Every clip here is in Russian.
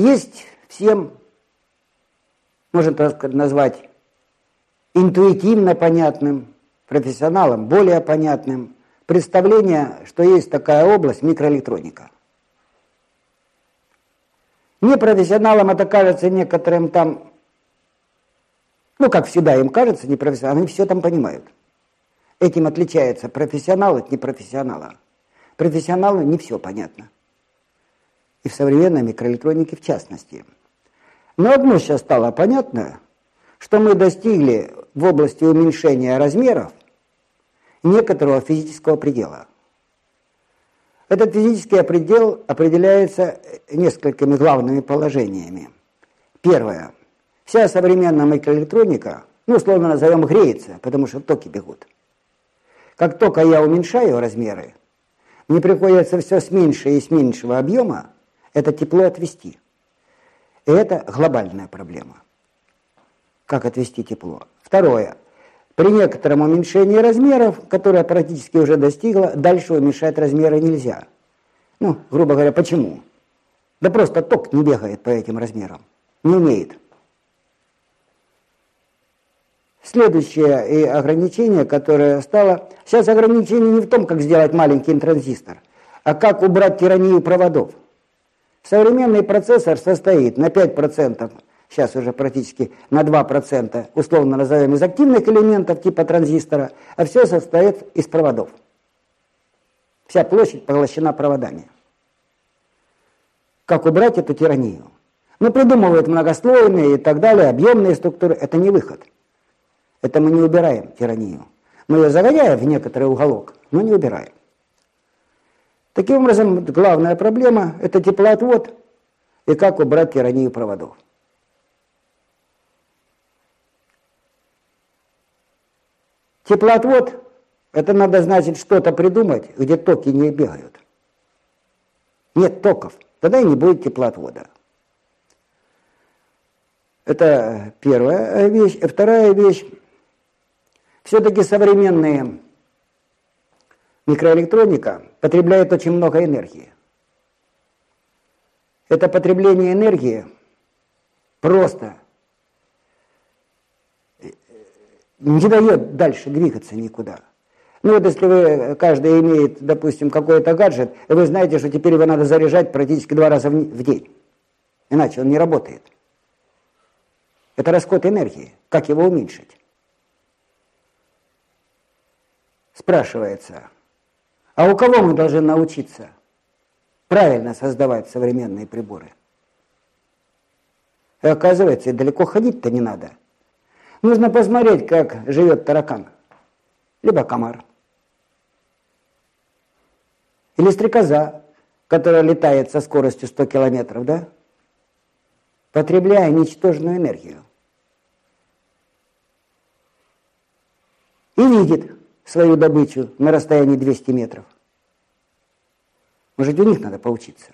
Есть всем, можно так назвать, интуитивно понятным, профессионалам более понятным, представление, что есть такая область микроэлектроника. Непрофессионалам это кажется некоторым там, как всегда им кажется, непрофессионалам, они все там понимают. Этим отличается профессионал от непрофессионала. Профессионалу не все понятно. И в современной микроэлектронике в частности. Но одно сейчас стало понятно, что мы достигли в области уменьшения размеров некоторого физического предела. Этот физический предел определяется несколькими главными положениями. Первое. Вся современная микроэлектроника, условно назовем, греется, потому что токи бегут. Как только я уменьшаю размеры, мне приходится все с меньшего и с меньшего объема это тепло отвести. И это глобальная проблема. Как отвести тепло? Второе. При некотором уменьшении размеров, которое практически уже достигло, дальше уменьшать размеры нельзя. Грубо говоря, почему? Да просто ток не бегает по этим размерам. Не умеет. Следующее ограничение, которое стало... Сейчас ограничение не в том, как сделать маленький транзистор, а как убрать тиранию проводов. Современный процессор состоит на 5%, сейчас уже практически на 2%, условно назовем, из активных элементов типа транзистора, а все состоит из проводов. Вся площадь поглощена проводами. Как убрать эту тиранию? Придумывают многослойные и так далее, объемные структуры. Это не выход. Это мы не убираем тиранию. Мы ее загоняем в некоторый уголок, но не убираем. Таким образом, главная проблема – это теплоотвод и как убрать тиранию проводов. Теплоотвод – это надо, значит, что-то придумать, где токи не бегают. Нет токов, тогда и не будет теплоотвода. Это первая вещь. Вторая вещь – все-таки современная микроэлектроника потребляет очень много энергии. Это потребление энергии просто не дает дальше двигаться никуда. Если вы, каждый имеет, допустим, какой-то гаджет, и вы знаете, что теперь его надо заряжать практически 2 раза в день. Иначе он не работает. Это расход энергии. Как его уменьшить? Спрашивается, а у кого мы должны научиться правильно создавать современные приборы? И оказывается, и далеко ходить-то не надо. Нужно посмотреть, как живет таракан, либо комар, или стрекоза, которая летает со скоростью 100 километров, да? Потребляя ничтожную энергию. И видит свою добычу на расстоянии 200 метров. Может, у них надо поучиться.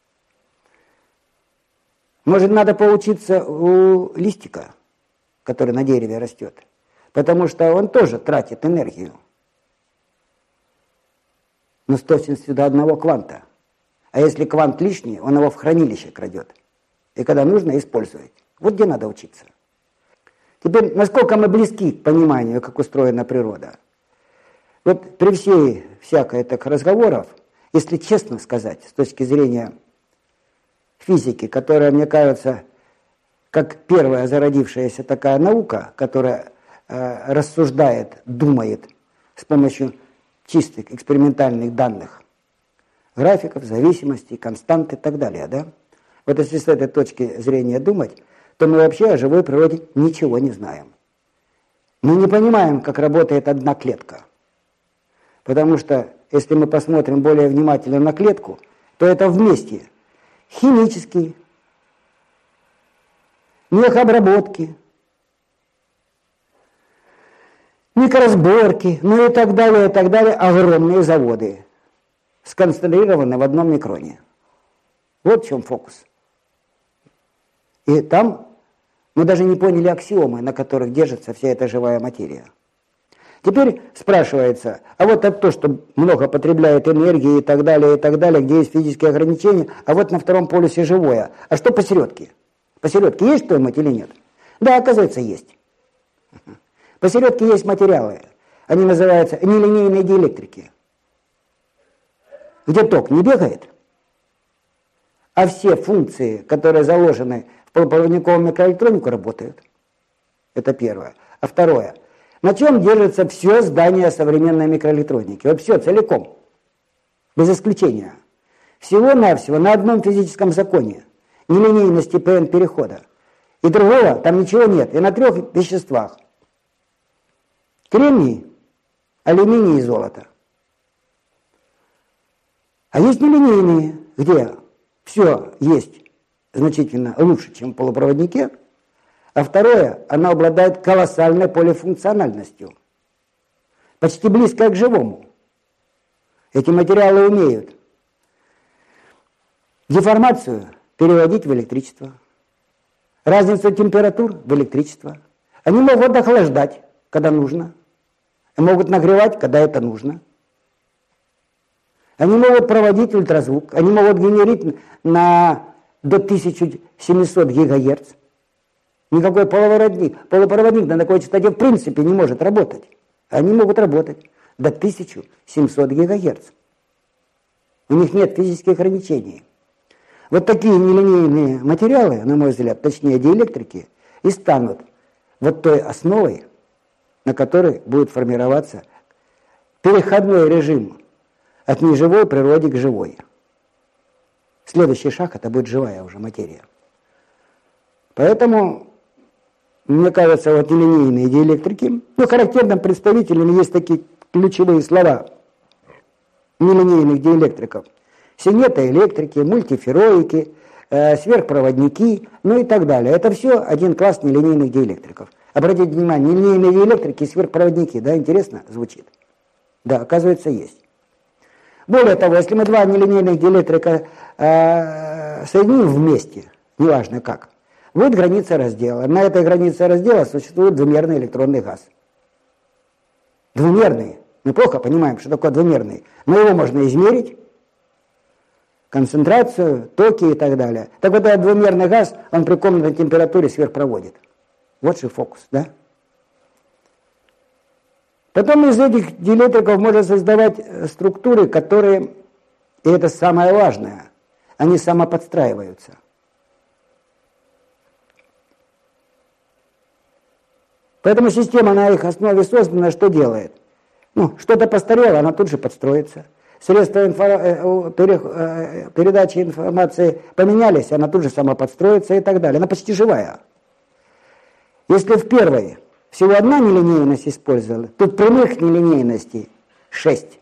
Может, надо поучиться у листика, который на дереве растет, потому что он тоже тратит энергию. Но с точностью до 1 кванта. А если квант лишний, он его в хранилище крадет. И когда нужно, использовать. Вот где надо учиться. Теперь, насколько мы близки к пониманию, как устроена природа. Вот при всякой так разговоров, если честно сказать, с точки зрения физики, которая, мне кажется, как первая зародившаяся такая наука, которая рассуждает, думает с помощью чистых экспериментальных данных, графиков, зависимостей, констант и так далее, да? Вот если с этой точки зрения думать, то мы вообще о живой природе ничего не знаем. Мы не понимаем, как работает одна клетка. Потому что, если мы посмотрим более внимательно на клетку, то это вместе химические, мехобработки, микроразборки, и так далее, огромные заводы, сконцентрированы в одном микроне. Вот в чем фокус. И там мы даже не поняли аксиомы, на которых держится вся эта живая материя. Теперь спрашивается, а вот это то, что много потребляет энергии и так далее, где есть физические ограничения, а вот на втором полюсе живое. А что посередке? Посередке есть что-нибудь или нет? Да, оказывается, есть. Посередке есть материалы. Они называются нелинейные диэлектрики. Где ток не бегает, а все функции, которые заложены в полупроводниковую микроэлектронику, работают. Это первое. А второе. На чем держится все здание современной микроэлектроники? Вот все, целиком. Без исключения. Всего-навсего на одном физическом законе. Нелинейности ПН-перехода. И другого там ничего нет. И на 3 веществах. Кремний, алюминий и золото. А есть нелинейные, где все есть значительно лучше, чем в полупроводнике. А второе, она обладает колоссальной полифункциональностью. Почти близко к живому. Эти материалы умеют деформацию переводить в электричество. Разницу температур в электричество. Они могут охлаждать, когда нужно. И могут нагревать, когда это нужно. Они могут проводить ультразвук. Они могут генерить до 1700 ГГц. Никакой полупроводник на такой частоте в принципе не может работать. Они могут работать до 1700 ГГц. У них нет физических ограничений. Вот такие нелинейные материалы, на мой взгляд, точнее диэлектрики, и станут вот той основой, на которой будет формироваться переходной режим от неживой природы к живой. Следующий шаг – это будет живая уже материя. Поэтому, мне кажется, вот нелинейные диэлектрики, характерным представителем есть такие ключевые слова нелинейных диэлектриков. Синетоэлектрики, мультифероики, сверхпроводники, и так далее. Это все один класс нелинейных диэлектриков. Обратите внимание, нелинейные диэлектрики и сверхпроводники, да, интересно звучит? Да, оказывается, есть. Более того, если мы два нелинейных диэлектрика соединим вместе, неважно как, будет граница раздела. На этой границе раздела существует двумерный электронный газ. Двумерный. Мы плохо понимаем, что такое двумерный, но его можно измерить, концентрацию, токи и так далее. Так вот, этот двумерный газ, он при комнатной температуре сверхпроводит. Вот же фокус, да? Потом из этих диэлектриков можно создавать структуры, которые, и это самое важное, они самоподстраиваются. Поэтому система на их основе создана, что делает? Что-то постарело, она тут же подстроится. Средства передачи информации поменялись, она тут же самоподстроится и так далее. Она почти живая. Если в первой всего одна нелинейность использовала, тут прямых нелинейностей 6.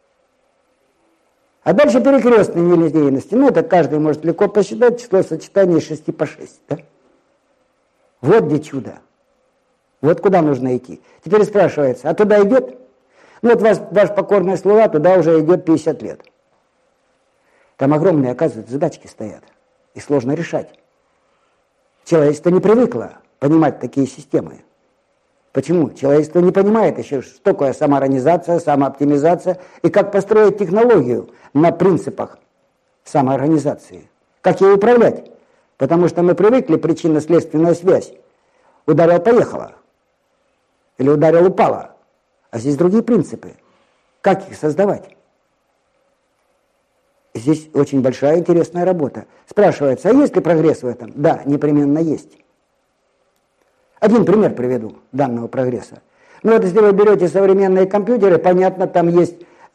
А дальше перекрестные нелинейности. Это каждый может легко посчитать, число сочетаний 6 по 6. Да? Вот где чудо. Вот куда нужно идти. Теперь спрашивается, а туда идет? Ваш покорный слуга туда уже идет 50 лет. Там огромные, оказывается, задачки стоят. И сложно решать. Человечество не привыкло понимать такие системы. Почему? Человечество не понимает еще, что такое самоорганизация, самооптимизация и как построить технологию на принципах самоорганизации. Как ее управлять? Потому что мы привыкли причинно-следственная связь. Ударил, поехала. Или ударил, упала. А здесь другие принципы. Как их создавать? Здесь очень большая интересная работа. Спрашивается, а есть ли прогресс в этом? Да, непременно есть. Один пример приведу данного прогресса. Если вы берете современные компьютеры, понятно, там есть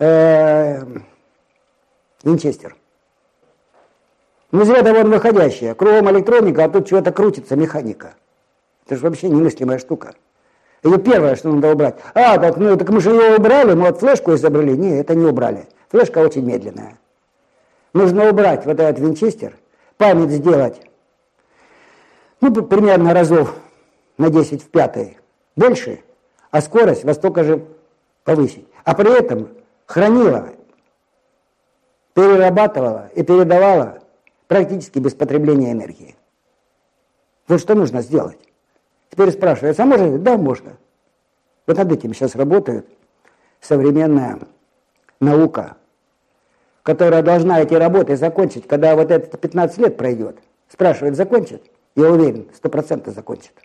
винчестер. Зря-то вон выходящая. Кругом электроника, а тут чего-то крутится, механика. Это же вообще немыслимая штука. Это первое, что надо убрать. Так мы же ее убрали, мы флешку изобрели. Нет, это не убрали. Флешка очень медленная. Нужно убрать вот этот винчестер, память сделать, примерно разов на 10 в 5 больше, а скорость во столько же повысить. А при этом хранила, перерабатывала и передавала практически без потребления энергии. Вот что нужно сделать. Теперь спрашивается, а можно? Да, можно. Вот над этим сейчас работает современная наука, которая должна эти работы закончить, когда вот это 15 лет пройдет. Спрашивает, закончит? Я уверен, 100% закончит.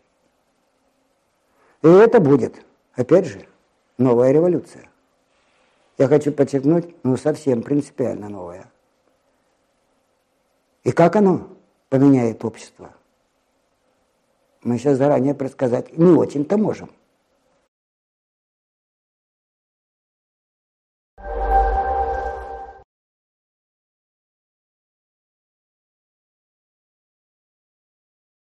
И это будет, опять же, новая революция. Я хочу подчеркнуть, совсем принципиально новая. И как оно поменяет общество? Мы сейчас заранее предсказать не очень-то можем.